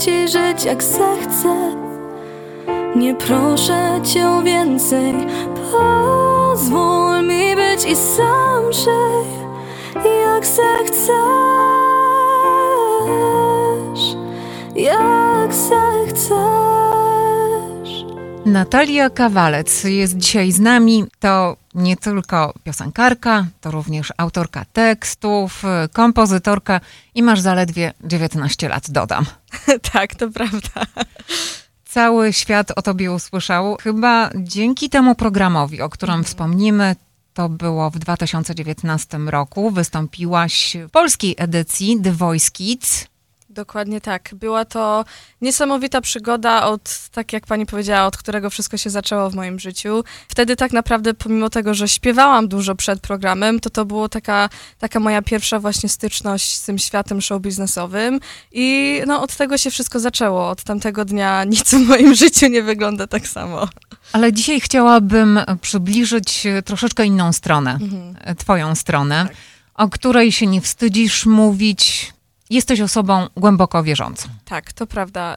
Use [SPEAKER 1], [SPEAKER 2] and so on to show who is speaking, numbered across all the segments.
[SPEAKER 1] ci żyć jak zechcę. Nie proszę cię o więcej, pozwól mi być i sam żyj jak zechcesz, jak zechcesz.
[SPEAKER 2] Natalia Kawalec jest dzisiaj z nami. To nie tylko piosenkarka, to również autorka tekstów, kompozytorka i masz zaledwie 19 lat, dodam.
[SPEAKER 3] Tak, to prawda.
[SPEAKER 2] Cały świat o tobie usłyszał. Chyba dzięki temu programowi, o którym wspomnimy, to było w 2019 roku. Wystąpiłaś w polskiej edycji The Voice Kids.
[SPEAKER 3] Dokładnie tak. Była to niesamowita przygoda tak jak pani powiedziała, od którego wszystko się zaczęło w moim życiu. Wtedy tak naprawdę, pomimo tego, że śpiewałam dużo przed programem, to było taka moja pierwsza właśnie styczność z tym światem show biznesowym i no od tego się wszystko zaczęło. Od tamtego dnia nic w moim życiu nie wygląda tak samo.
[SPEAKER 2] Ale dzisiaj chciałabym przybliżyć troszeczkę inną stronę, twoją stronę,
[SPEAKER 3] Tak.
[SPEAKER 2] o której się nie wstydzisz mówić. Jesteś osobą głęboko wierzącą.
[SPEAKER 3] Tak, to prawda.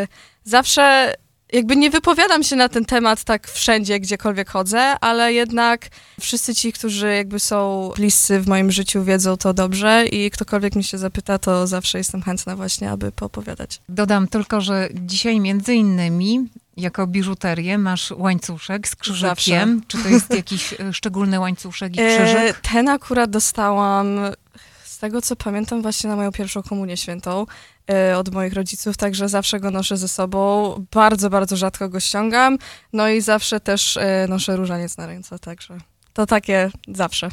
[SPEAKER 3] Zawsze jakby nie wypowiadam się na ten temat tak wszędzie, gdziekolwiek chodzę, ale jednak wszyscy ci, którzy jakby są bliscy w moim życiu, wiedzą to dobrze i ktokolwiek mi się zapyta, to zawsze jestem chętna właśnie, aby poopowiadać.
[SPEAKER 2] Dodam tylko, że dzisiaj między innymi jako biżuterię masz łańcuszek z krzyżykiem.
[SPEAKER 3] Zawsze.
[SPEAKER 2] Czy to jest jakiś szczególny łańcuszek i krzyżyk?
[SPEAKER 3] Ten akurat dostałam, z tego co pamiętam, właśnie na moją pierwszą komunię świętą od moich rodziców, także zawsze go noszę ze sobą. Bardzo, bardzo rzadko go ściągam. No i zawsze też noszę różaniec na ręce, także to takie zawsze.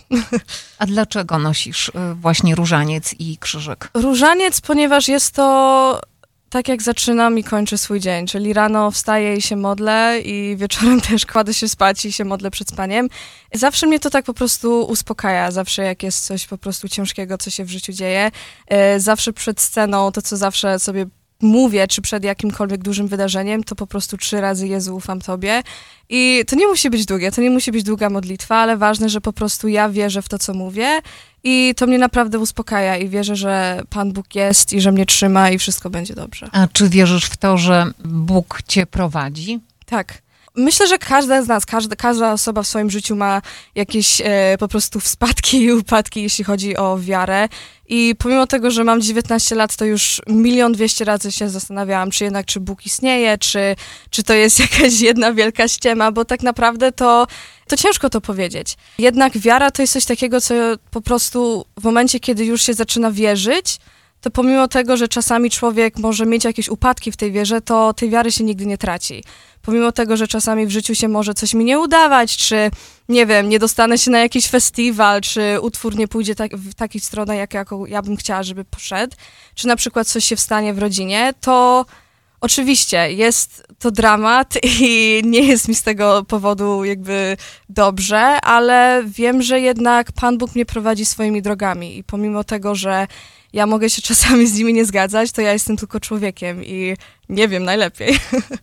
[SPEAKER 2] A dlaczego nosisz właśnie różaniec i krzyżyk?
[SPEAKER 3] Różaniec, ponieważ jest to tak jak zaczynam i kończę swój dzień, czyli rano wstaję i się modlę i wieczorem też kładę się spać i się modlę przed spaniem. Zawsze mnie to tak po prostu uspokaja, zawsze jak jest coś po prostu ciężkiego, co się w życiu dzieje. Zawsze przed sceną, to co zawsze sobie mówię, czy przed jakimkolwiek dużym wydarzeniem, to po prostu 3 razy Jezu, ufam Tobie. I to nie musi być długie, to nie musi być długa modlitwa, ale ważne, że po prostu ja wierzę w to, co mówię i to mnie naprawdę uspokaja i wierzę, że Pan Bóg jest i że mnie trzyma i wszystko będzie dobrze.
[SPEAKER 2] A czy wierzysz w to, że Bóg cię prowadzi?
[SPEAKER 3] Tak. Myślę, że każda z nas, każda osoba w swoim życiu ma jakieś po prostu spadki i upadki, jeśli chodzi o wiarę. I pomimo tego, że mam 19 lat, to już 1,200,000 razy się zastanawiałam, czy Bóg istnieje, czy to jest jakaś jedna wielka ściema, bo tak naprawdę to ciężko to powiedzieć. Jednak wiara to jest coś takiego, co po prostu w momencie, kiedy już się zaczyna wierzyć, to pomimo tego, że czasami człowiek może mieć jakieś upadki w tej wierze, to tej wiary się nigdy nie traci. Pomimo tego, że czasami w życiu się może coś mi nie udawać, czy nie wiem, nie dostanę się na jakiś festiwal, czy utwór nie pójdzie w takiej stronę, jaką ja bym chciała, żeby poszedł, czy na przykład coś się stanie w rodzinie, to oczywiście jest to dramat i nie jest mi z tego powodu jakby dobrze, ale wiem, że jednak Pan Bóg mnie prowadzi swoimi drogami i pomimo tego, że ja mogę się czasami z nimi nie zgadzać, to ja jestem tylko człowiekiem i nie wiem najlepiej.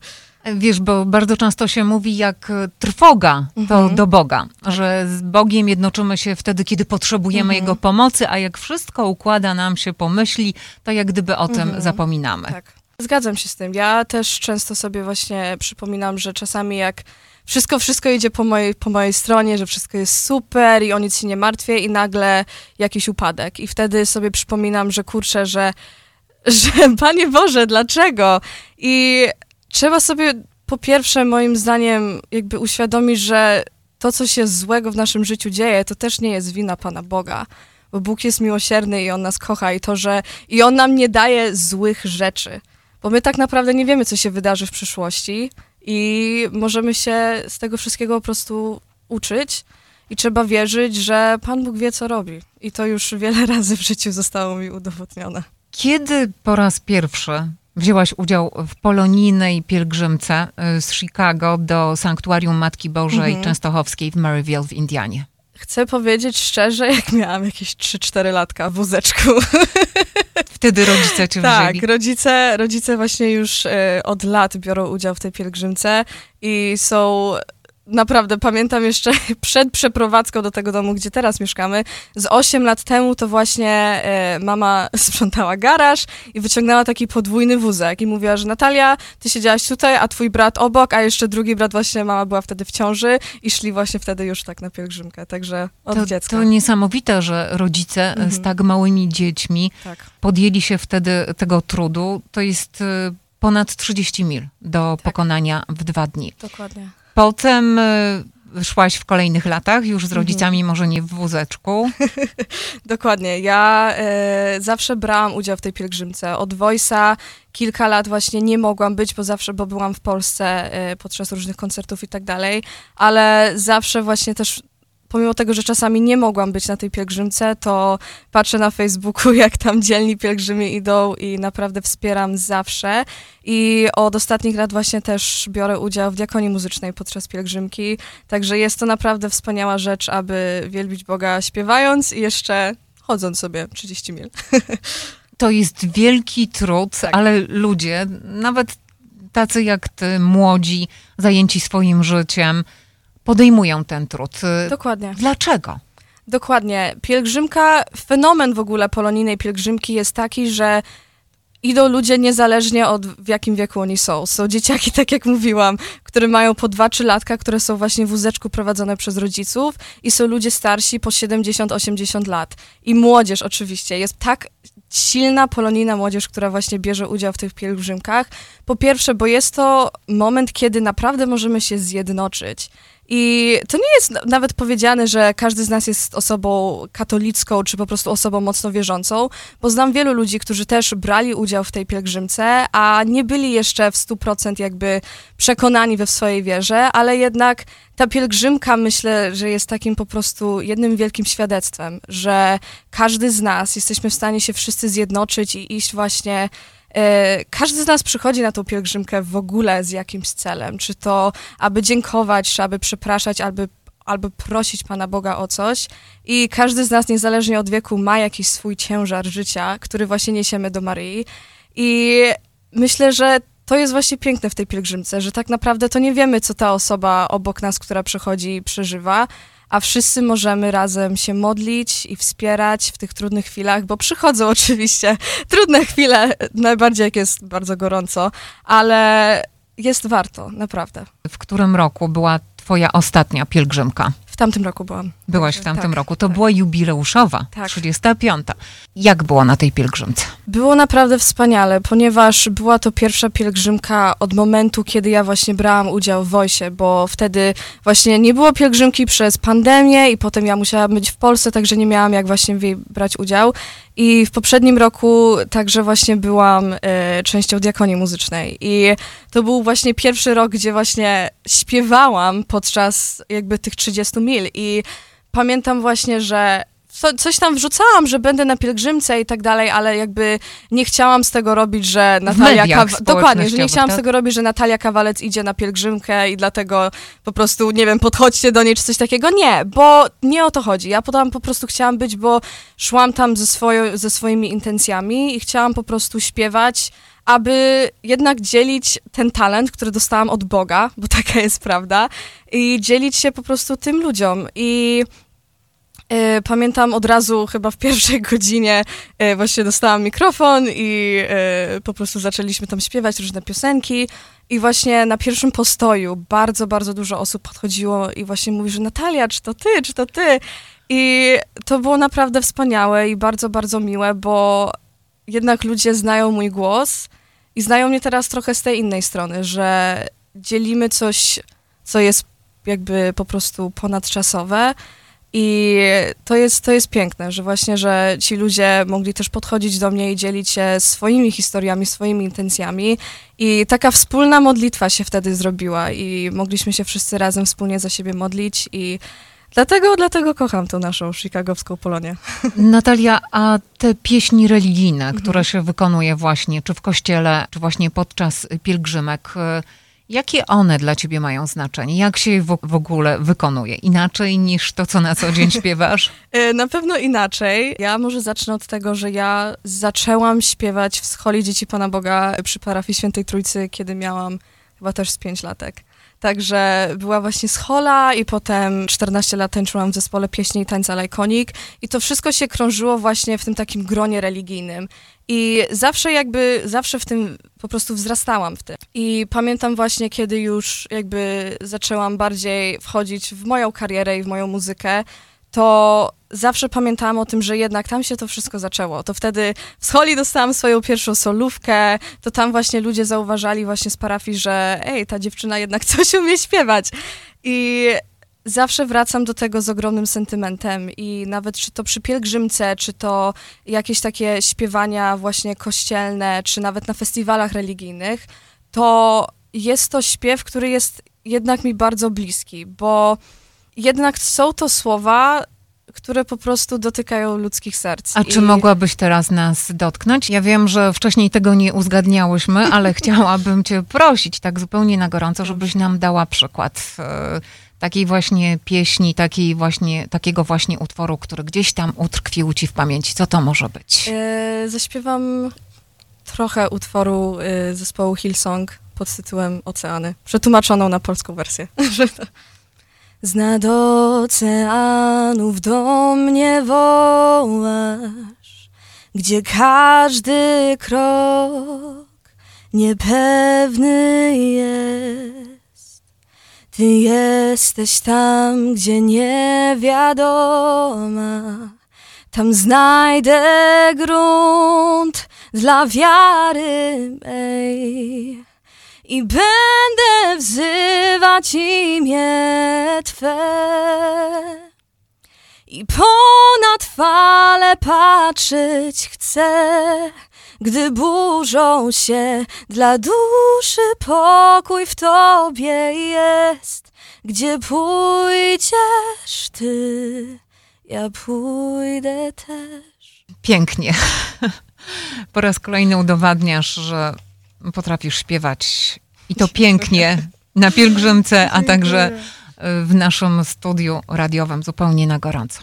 [SPEAKER 2] Wiesz, bo bardzo często się mówi, jak trwoga to do Boga, że z Bogiem jednoczymy się wtedy, kiedy potrzebujemy Jego pomocy, a jak wszystko układa nam się po myśli, to jak gdyby o tym zapominamy.
[SPEAKER 3] Tak, zgadzam się z tym. Ja też często sobie właśnie przypominam, że czasami jak wszystko idzie po mojej stronie, że wszystko jest super i o nic się nie martwię i nagle jakiś upadek. I wtedy sobie przypominam, że kurczę, że Panie Boże, dlaczego? I trzeba sobie po pierwsze, moim zdaniem, jakby uświadomić, że to, co się złego w naszym życiu dzieje, to też nie jest wina Pana Boga. Bo Bóg jest miłosierny i On nas kocha i On nam nie daje złych rzeczy. Bo my tak naprawdę nie wiemy, co się wydarzy w przyszłości i możemy się z tego wszystkiego po prostu uczyć i trzeba wierzyć, że Pan Bóg wie, co robi. I to już wiele razy w życiu zostało mi udowodnione.
[SPEAKER 2] Kiedy po raz pierwszy wzięłaś udział w polonijnej pielgrzymce z Chicago do Sanktuarium Matki Bożej Częstochowskiej w Maryville w Indianie?
[SPEAKER 3] Chcę powiedzieć szczerze, jak miałam jakieś 3-4 latka w wózeczku.
[SPEAKER 2] Wtedy rodzice cię wzięli?
[SPEAKER 3] Tak, rodzice właśnie już od lat biorą udział w tej pielgrzymce i są naprawdę pamiętam jeszcze przed przeprowadzką do tego domu, gdzie teraz mieszkamy, z 8 lat temu to właśnie mama sprzątała garaż i wyciągnęła taki podwójny wózek i mówiła, że Natalia, ty siedziałaś tutaj, a twój brat obok, a jeszcze drugi brat właśnie, mama była wtedy w ciąży i szli właśnie wtedy już tak na pielgrzymkę, także od dziecka.
[SPEAKER 2] To niesamowite, że rodzice z tak małymi dziećmi podjęli się wtedy tego trudu. To jest ponad 30 mil do pokonania w 2 dni.
[SPEAKER 3] Dokładnie.
[SPEAKER 2] Potem szłaś w kolejnych latach, już z rodzicami, może nie w wózeczku.
[SPEAKER 3] Dokładnie. Ja zawsze brałam udział w tej pielgrzymce. Od Voice'a kilka lat właśnie nie mogłam być, bo byłam w Polsce podczas różnych koncertów i tak dalej, ale zawsze właśnie też pomimo tego, że czasami nie mogłam być na tej pielgrzymce, to patrzę na Facebooku, jak tam dzielni pielgrzymi idą i naprawdę wspieram zawsze. I od ostatnich lat właśnie też biorę udział w diakonii muzycznej podczas pielgrzymki, także jest to naprawdę wspaniała rzecz, aby wielbić Boga śpiewając i jeszcze chodząc sobie 30 mil.
[SPEAKER 2] To jest wielki trud, ale ludzie, nawet tacy jak ty, młodzi, zajęci swoim życiem, podejmują ten trud.
[SPEAKER 3] Dokładnie.
[SPEAKER 2] Dlaczego?
[SPEAKER 3] Dokładnie. Pielgrzymka, fenomen w ogóle polonijnej pielgrzymki jest taki, że idą ludzie niezależnie od w jakim wieku oni są. Są dzieciaki, tak jak mówiłam, które mają po 2-3 latka, które są właśnie w wózeczku prowadzone przez rodziców i są ludzie starsi po 70-80 lat. I młodzież oczywiście. Jest tak silna polonijna młodzież, która właśnie bierze udział w tych pielgrzymkach. Po pierwsze, bo jest to moment, kiedy naprawdę możemy się zjednoczyć. I to nie jest nawet powiedziane, że każdy z nas jest osobą katolicką, czy po prostu osobą mocno wierzącą, bo znam wielu ludzi, którzy też brali udział w tej pielgrzymce, a nie byli jeszcze w 100% jakby przekonani we swojej wierze, ale jednak ta pielgrzymka, myślę, że jest takim po prostu jednym wielkim świadectwem, że każdy z nas jesteśmy w stanie się wszyscy zjednoczyć i iść właśnie. Każdy z nas przychodzi na tą pielgrzymkę w ogóle z jakimś celem, czy to aby dziękować, czy aby przepraszać, albo prosić Pana Boga o coś i każdy z nas niezależnie od wieku ma jakiś swój ciężar życia, który właśnie niesiemy do Maryi i myślę, że to jest właśnie piękne w tej pielgrzymce, że tak naprawdę to nie wiemy, co ta osoba obok nas, która przychodzi, przeżywa, a wszyscy możemy razem się modlić i wspierać w tych trudnych chwilach, bo przychodzą oczywiście trudne chwile, najbardziej jak jest bardzo gorąco, ale jest warto, naprawdę.
[SPEAKER 2] W którym roku była twoja ostatnia pielgrzymka?
[SPEAKER 3] W tamtym roku byłam.
[SPEAKER 2] Byłaś w tamtym roku. To była jubileuszowa, 35. Jak było na tej pielgrzymce?
[SPEAKER 3] Było naprawdę wspaniale, ponieważ była to pierwsza pielgrzymka od momentu, kiedy ja właśnie brałam udział w Voice'ie, bo wtedy właśnie nie było pielgrzymki przez pandemię i potem ja musiałam być w Polsce, także nie miałam jak właśnie w jej brać udział. I w poprzednim roku także właśnie byłam częścią diakonii muzycznej i to był właśnie pierwszy rok, gdzie właśnie śpiewałam podczas jakby tych 30 mil i pamiętam właśnie, że coś tam wrzucałam, że będę na pielgrzymce i tak dalej, ale jakby nie chciałam z tego robić, że Natalia dokładnie, że nie chciałam z tego robić, że Natalia Kawalec idzie na pielgrzymkę i dlatego po prostu, nie wiem, podchodźcie do niej czy coś takiego. Nie, bo nie o to chodzi. Ja tam po prostu chciałam być, bo szłam tam ze swoimi intencjami i chciałam po prostu śpiewać, aby jednak dzielić ten talent, który dostałam od Boga, bo taka jest prawda, i dzielić się po prostu tym ludziom. I pamiętam od razu, chyba w pierwszej godzinie właśnie dostałam mikrofon i po prostu zaczęliśmy tam śpiewać różne piosenki i właśnie na pierwszym postoju bardzo, bardzo dużo osób podchodziło i właśnie mówi, że Natalia, czy to ty? I to było naprawdę wspaniałe i bardzo, bardzo miłe, bo jednak ludzie znają mój głos i znają mnie teraz trochę z tej innej strony, że dzielimy coś, co jest jakby po prostu ponadczasowe. I to jest piękne, że właśnie, że ci ludzie mogli też podchodzić do mnie i dzielić się swoimi historiami, swoimi intencjami i taka wspólna modlitwa się wtedy zrobiła i mogliśmy się wszyscy razem wspólnie za siebie modlić i dlatego kocham tą naszą chicagowską Polonię.
[SPEAKER 2] Natalia, a te pieśni religijne, które się wykonuje właśnie, czy w kościele, czy właśnie podczas pielgrzymek, jakie one dla ciebie mają znaczenie? Jak się je w ogóle wykonuje? Inaczej niż to, co na co dzień śpiewasz?
[SPEAKER 3] Na pewno inaczej. Ja może zacznę od tego, że ja zaczęłam śpiewać w Scholi Dzieci Pana Boga przy parafii Świętej Trójcy, kiedy miałam chyba też z 5 latek. Także była właśnie Schola i potem 14 lat tańczyłam w zespole pieśni i tańca Lajkonik i to wszystko się krążyło właśnie w tym takim gronie religijnym. I zawsze w tym po prostu wzrastałam w tym. I pamiętam właśnie, kiedy już jakby zaczęłam bardziej wchodzić w moją karierę i w moją muzykę, to zawsze pamiętałam o tym, że jednak tam się to wszystko zaczęło. To wtedy w Scholi dostałam swoją pierwszą solówkę, to tam właśnie ludzie zauważali właśnie z parafii, że ta dziewczyna jednak coś umie śpiewać. I zawsze wracam do tego z ogromnym sentymentem i nawet czy to przy pielgrzymce, czy to jakieś takie śpiewania właśnie kościelne, czy nawet na festiwalach religijnych, to jest to śpiew, który jest jednak mi bardzo bliski, bo jednak są to słowa, które po prostu dotykają ludzkich serc.
[SPEAKER 2] A czy mogłabyś teraz nas dotknąć? Ja wiem, że wcześniej tego nie uzgadniałyśmy, ale chciałabym cię prosić tak zupełnie na gorąco, żebyś nam dała przykład takiej właśnie pieśni, takiego właśnie utworu, który gdzieś tam utkwił ci w pamięci. Co to może być?
[SPEAKER 3] Zaśpiewam trochę utworu zespołu Hillsong pod tytułem Oceany, przetłumaczoną na polską wersję. Z nad oceanów do mnie wołasz, gdzie każdy krok niepewny jest. Ty jesteś tam, gdzie nie wiadoma, tam znajdę grunt dla wiary mej. I będę wzywać imię Twe i ponad fale patrzeć chcę, gdy burzą się dla duszy pokój w Tobie jest. Gdzie pójdziesz Ty, ja pójdę też.
[SPEAKER 2] Pięknie. Po raz kolejny udowadniasz, że potrafisz śpiewać i to pięknie na pielgrzymce, a także w naszym studiu radiowym zupełnie na gorąco.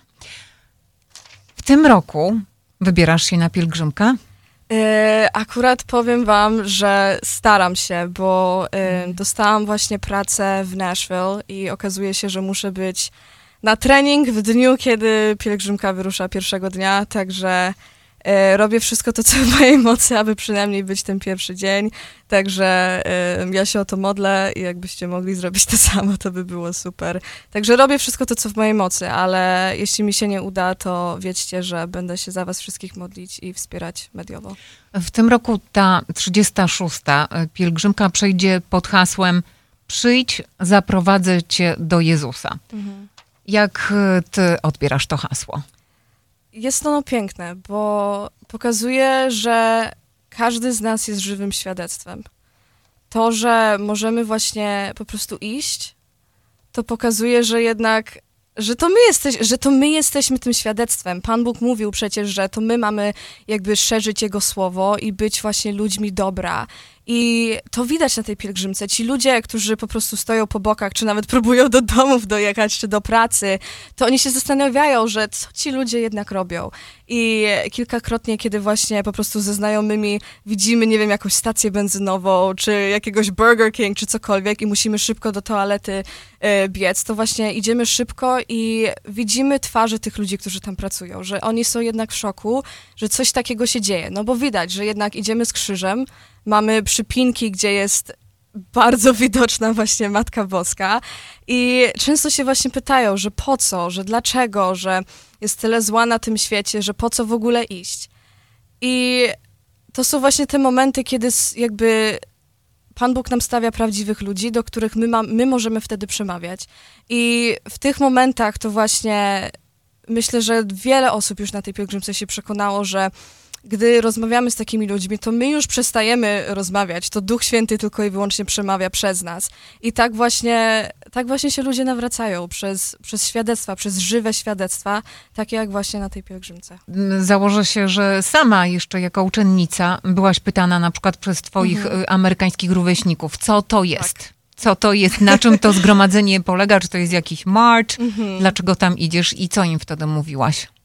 [SPEAKER 2] W tym roku wybierasz się na pielgrzymkę?
[SPEAKER 3] Akurat powiem wam, że staram się, bo dostałam właśnie pracę w Nashville i okazuje się, że muszę być na trening w dniu, kiedy pielgrzymka wyrusza pierwszego dnia, także robię wszystko to, co w mojej mocy, aby przynajmniej być ten pierwszy dzień. Także ja się o to modlę i jakbyście mogli zrobić to samo, to by było super. Także robię wszystko to, co w mojej mocy, ale jeśli mi się nie uda, to wiedzcie, że będę się za was wszystkich modlić i wspierać mediowo.
[SPEAKER 2] W tym roku ta 36. pielgrzymka przejdzie pod hasłem Przyjdź, zaprowadzę cię do Jezusa. Mhm. Jak ty odbierasz to hasło?
[SPEAKER 3] Jest ono piękne, bo pokazuje, że każdy z nas jest żywym świadectwem. To, że możemy właśnie po prostu iść, to pokazuje, że jednak, że to my jesteśmy tym świadectwem. Pan Bóg mówił przecież, że to my mamy jakby szerzyć Jego słowo i być właśnie ludźmi dobra. I to widać na tej pielgrzymce. Ci ludzie, którzy po prostu stoją po bokach, czy nawet próbują do domów dojechać, czy do pracy, to oni się zastanawiają, że co ci ludzie jednak robią. I kilkakrotnie, kiedy właśnie po prostu ze znajomymi widzimy, nie wiem, jakąś stację benzynową, czy jakiegoś Burger King, czy cokolwiek i musimy szybko do toalety biec, to właśnie idziemy szybko i widzimy twarze tych ludzi, którzy tam pracują, że oni są jednak w szoku, że coś takiego się dzieje. No bo widać, że jednak idziemy z krzyżem, mamy przypinki, gdzie jest bardzo widoczna właśnie Matka Boska i często się właśnie pytają, że po co, że dlaczego, że jest tyle zła na tym świecie, że po co w ogóle iść. I to są właśnie te momenty, kiedy jakby Pan Bóg nam stawia prawdziwych ludzi, do których my możemy wtedy przemawiać. I w tych momentach to właśnie myślę, że wiele osób już na tej pielgrzymce się przekonało, że gdy rozmawiamy z takimi ludźmi, to my już przestajemy rozmawiać. To Duch Święty tylko i wyłącznie przemawia przez nas. I tak właśnie się ludzie nawracają przez świadectwa, przez żywe świadectwa, takie jak właśnie na tej pielgrzymce.
[SPEAKER 2] Założę się, że sama jeszcze jako uczennica byłaś pytana na przykład przez twoich amerykańskich rówieśników, co to jest? Tak. Co to jest, na czym to zgromadzenie polega, czy to jest jakiś march, dlaczego tam idziesz i co im wtedy mówiłaś?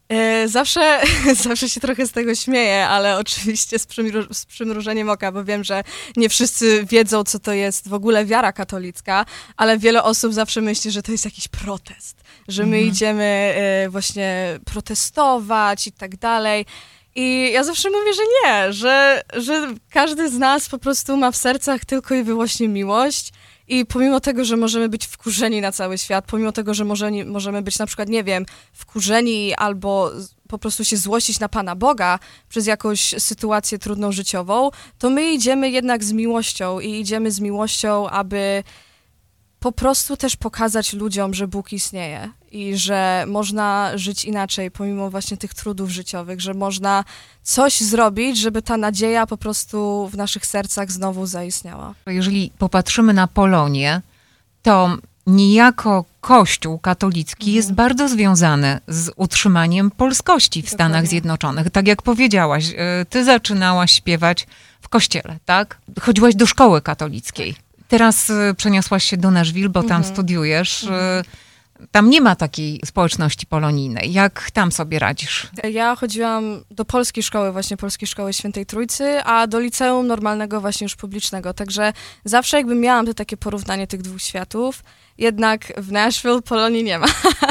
[SPEAKER 3] Zawsze się trochę z tego śmieję, ale oczywiście z przymrużeniem oka, bo wiem, że nie wszyscy wiedzą, co to jest w ogóle wiara katolicka, ale wiele osób zawsze myśli, że to jest jakiś protest, że my idziemy właśnie protestować i tak dalej. I ja zawsze mówię, że nie, że każdy z nas po prostu ma w sercach tylko i wyłącznie miłość. I pomimo tego, że możemy być wkurzeni na cały świat, pomimo tego, że możemy być na przykład, nie wiem, wkurzeni albo po prostu się złościć na Pana Boga przez jakąś sytuację trudną życiową, to my idziemy jednak z miłością i idziemy z miłością, aby po prostu też pokazać ludziom, że Bóg istnieje i że można żyć inaczej pomimo właśnie tych trudów życiowych, że można coś zrobić, żeby ta nadzieja po prostu w naszych sercach znowu zaistniała.
[SPEAKER 2] Jeżeli popatrzymy na Polonię, to niejako Kościół katolicki jest bardzo związany z utrzymaniem polskości w Stanach Zjednoczonych. Tak jak powiedziałaś, ty zaczynałaś śpiewać w kościele, tak? Chodziłaś do szkoły katolickiej. Teraz przeniosłaś się do Nashville, bo tam studiujesz. Tam nie ma takiej społeczności polonijnej. Jak tam sobie radzisz?
[SPEAKER 3] Ja chodziłam do polskiej szkoły Świętej Trójcy, a do liceum normalnego właśnie już publicznego. Także zawsze jakby miałam to takie porównanie tych dwóch światów, jednak w Nashville Polonii nie ma.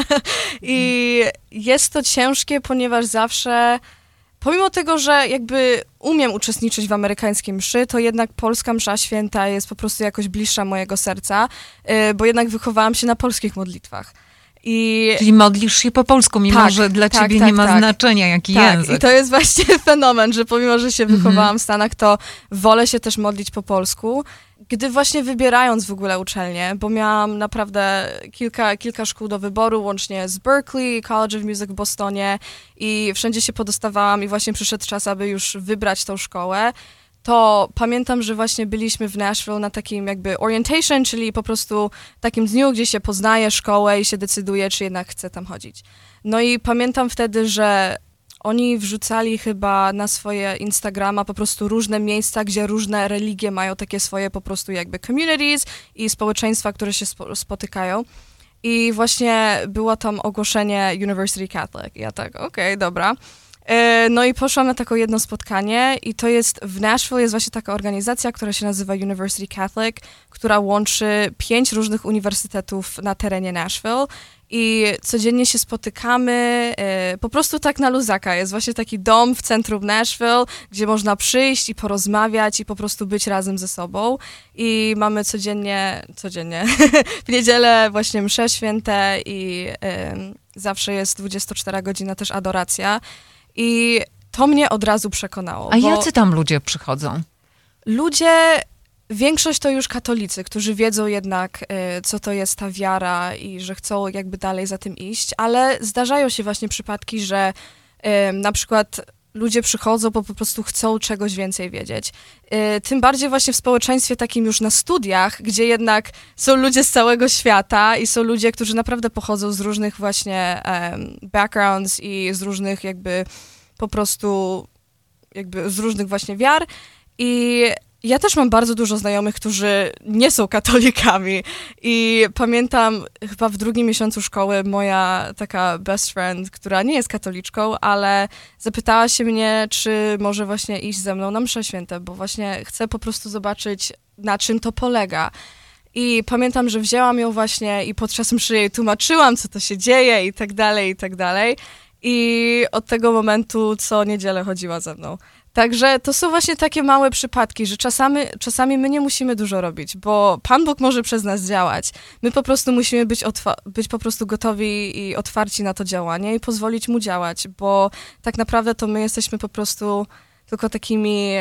[SPEAKER 3] I jest to ciężkie, ponieważ zawsze... Pomimo tego, że jakby umiem uczestniczyć w amerykańskiej mszy, to jednak polska msza święta jest po prostu jakoś bliższa mojego serca, bo jednak wychowałam się na polskich modlitwach.
[SPEAKER 2] Czyli modlisz się po polsku, mimo że dla ciebie nie ma znaczenia, jaki język.
[SPEAKER 3] I to jest właśnie fenomen, że pomimo, że się wychowałam w Stanach, to wolę się też modlić po polsku. Gdy właśnie wybierając w ogóle uczelnię, bo miałam naprawdę kilka szkół do wyboru, łącznie z Berkeley, College of Music w Bostonie i wszędzie się podostawałam i właśnie przyszedł czas, aby już wybrać tą szkołę, to pamiętam, że właśnie byliśmy w Nashville na takim jakby orientation, czyli po prostu takim dniu, gdzie się poznaje szkołę i się decyduje, czy jednak chce tam chodzić. No i pamiętam wtedy, że oni wrzucali chyba na swoje Instagrama po prostu różne miejsca, gdzie różne religie mają takie swoje po prostu jakby communities i społeczeństwa, które się spotykają. I właśnie było tam ogłoszenie University Catholic. Ja tak, okej, dobra. No i poszłam na takie jedno spotkanie i to jest w Nashville, jest właśnie taka organizacja, która się nazywa University Catholic, która łączy 5 różnych uniwersytetów na terenie Nashville i codziennie się spotykamy, po prostu tak na luzaka. Jest właśnie taki dom w centrum Nashville, gdzie można przyjść i porozmawiać i po prostu być razem ze sobą i mamy codziennie, w niedzielę właśnie msze święte i zawsze jest 24 godzina też adoracja. I to mnie od razu przekonało.
[SPEAKER 2] A jacy tam ludzie przychodzą?
[SPEAKER 3] Większość to już katolicy, którzy wiedzą jednak, co to jest ta wiara i że chcą jakby dalej za tym iść, ale zdarzają się właśnie przypadki, że na przykład ludzie przychodzą, bo po prostu chcą czegoś więcej wiedzieć. Tym bardziej właśnie w społeczeństwie takim już na studiach, gdzie jednak są ludzie z całego świata i są ludzie, którzy naprawdę pochodzą z różnych właśnie backgrounds i z różnych jakby po prostu jakby z różnych właśnie wiar i ja też mam bardzo dużo znajomych, którzy nie są katolikami i pamiętam chyba w 2. miesiącu szkoły moja taka best friend, która nie jest katoliczką, ale zapytała się mnie, czy może właśnie iść ze mną na msze święte, bo właśnie chcę po prostu zobaczyć, na czym to polega. I pamiętam, że wzięłam ją właśnie i podczas mszy jej tłumaczyłam, co to się dzieje i tak dalej, i tak dalej. I od tego momentu co niedzielę chodziła ze mną. Także to są właśnie takie małe przypadki, że czasami my nie musimy dużo robić, bo Pan Bóg może przez nas działać. My po prostu musimy być po prostu gotowi i otwarci na to działanie i pozwolić Mu działać, bo tak naprawdę to my jesteśmy po prostu tylko takimi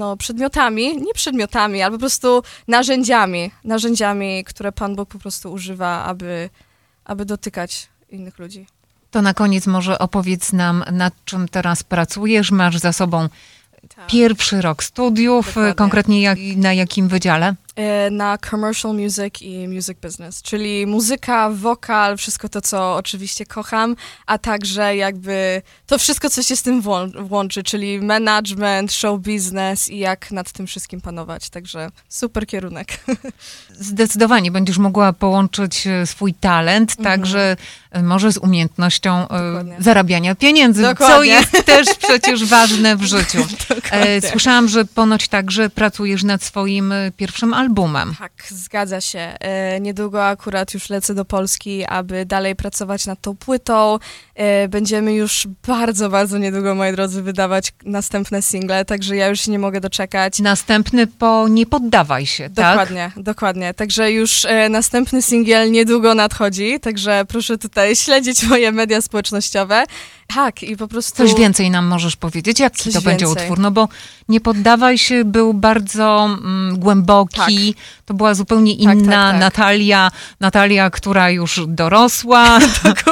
[SPEAKER 3] nie przedmiotami, ale po prostu narzędziami, które Pan Bóg po prostu używa, aby dotykać innych ludzi.
[SPEAKER 2] To na koniec może opowiedz nam, nad czym teraz pracujesz. Masz za sobą pierwszy rok studiów,
[SPEAKER 3] Dokładnie.
[SPEAKER 2] Konkretnie na jakim wydziale?
[SPEAKER 3] na commercial music i music business, czyli muzyka, wokal, wszystko to, co oczywiście kocham, a także jakby to wszystko, co się z tym łączy, czyli management, show business i jak nad tym wszystkim panować, także super kierunek.
[SPEAKER 2] Zdecydowanie będziesz mogła połączyć swój talent także może z umiejętnością zarabiania pieniędzy,
[SPEAKER 3] Dokładnie.
[SPEAKER 2] co jest też przecież ważne w życiu.
[SPEAKER 3] Dokładnie.
[SPEAKER 2] Słyszałam, że ponoć także pracujesz nad swoim pierwszym albumem.
[SPEAKER 3] Tak, zgadza się. Niedługo akurat już lecę do Polski, aby dalej pracować nad tą płytą. Będziemy już bardzo, bardzo niedługo, moi drodzy, wydawać następne single, także ja już się nie mogę doczekać.
[SPEAKER 2] Następny po Nie poddawaj się, tak?
[SPEAKER 3] Dokładnie, dokładnie. Także już następny singiel niedługo nadchodzi, także proszę tutaj śledzić moje media społecznościowe. Tak, i po prostu...
[SPEAKER 2] Coś więcej nam możesz powiedzieć? Jaki
[SPEAKER 3] Coś
[SPEAKER 2] to będzie
[SPEAKER 3] więcej.
[SPEAKER 2] utwór? No bo Nie poddawaj się był bardzo głęboki.
[SPEAKER 3] Tak.
[SPEAKER 2] To była zupełnie inna
[SPEAKER 3] tak.
[SPEAKER 2] Natalia, która już dorosła.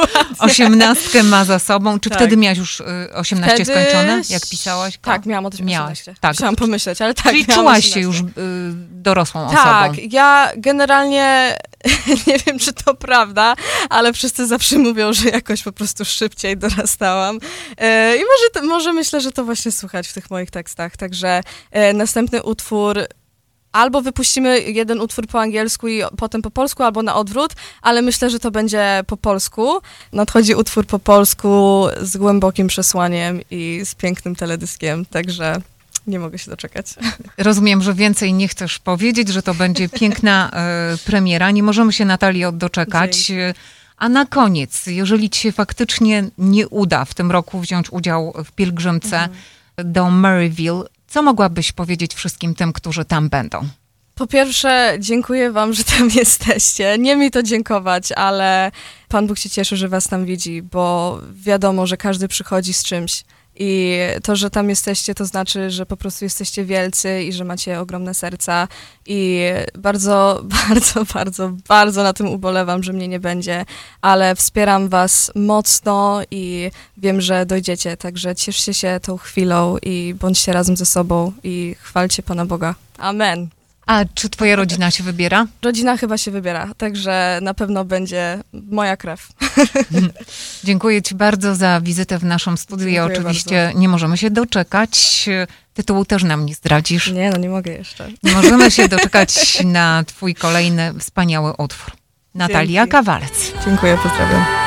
[SPEAKER 2] 18 ma za sobą. Czy
[SPEAKER 3] Tak.
[SPEAKER 2] wtedy miałaś już 18
[SPEAKER 3] Wtedy...
[SPEAKER 2] skończone, jak pisałaś?
[SPEAKER 3] Tak, miałam od 18.
[SPEAKER 2] Miałaś, tak.
[SPEAKER 3] Musiałam pomyśleć, ale tak,
[SPEAKER 2] Czyli
[SPEAKER 3] miałam
[SPEAKER 2] czułaś
[SPEAKER 3] 18.
[SPEAKER 2] się już dorosłą osobą.
[SPEAKER 3] Tak, ja generalnie nie wiem, czy to prawda, ale wszyscy zawsze mówią, że jakoś po prostu szybciej dorastałam. I może myślę, że to właśnie słychać w tych moich tekstach. Także następny utwór, albo wypuścimy jeden utwór po angielsku i potem po polsku, albo na odwrót, ale myślę, że to będzie po polsku. Nadchodzi utwór po polsku z głębokim przesłaniem i z pięknym teledyskiem, także... Nie mogę się doczekać.
[SPEAKER 2] Rozumiem, że więcej nie chcesz powiedzieć, że to będzie piękna premiera. Nie możemy się, Natalii, doczekać.
[SPEAKER 3] Dzięki.
[SPEAKER 2] A na koniec, jeżeli ci się faktycznie nie uda w tym roku wziąć udział w pielgrzymce do Maryville, co mogłabyś powiedzieć wszystkim tym, którzy tam będą?
[SPEAKER 3] Po pierwsze, dziękuję wam, że tam jesteście. Nie mi to dziękować, ale Pan Bóg się cieszy, że was tam widzi, bo wiadomo, że każdy przychodzi z czymś. I to, że tam jesteście, to znaczy, że po prostu jesteście wielcy i że macie ogromne serca. I bardzo, bardzo, bardzo, bardzo na tym ubolewam, że mnie nie będzie, ale wspieram was mocno i wiem, że dojdziecie. Także cieszcie się tą chwilą i bądźcie razem ze sobą i chwalcie Pana Boga. Amen.
[SPEAKER 2] A czy twoja rodzina się wybiera?
[SPEAKER 3] Rodzina chyba się wybiera, także na pewno będzie moja krew.
[SPEAKER 2] Dziękuję ci bardzo za wizytę w naszym studiu.
[SPEAKER 3] Dziękuję
[SPEAKER 2] Oczywiście
[SPEAKER 3] bardzo.
[SPEAKER 2] nie możemy się doczekać. Tytułu też nam nie zdradzisz.
[SPEAKER 3] Nie, no nie mogę jeszcze.
[SPEAKER 2] Nie możemy się doczekać na twój kolejny wspaniały utwór. Natalia
[SPEAKER 3] Dzięki.
[SPEAKER 2] Kawalec.
[SPEAKER 3] Dziękuję, pozdrawiam.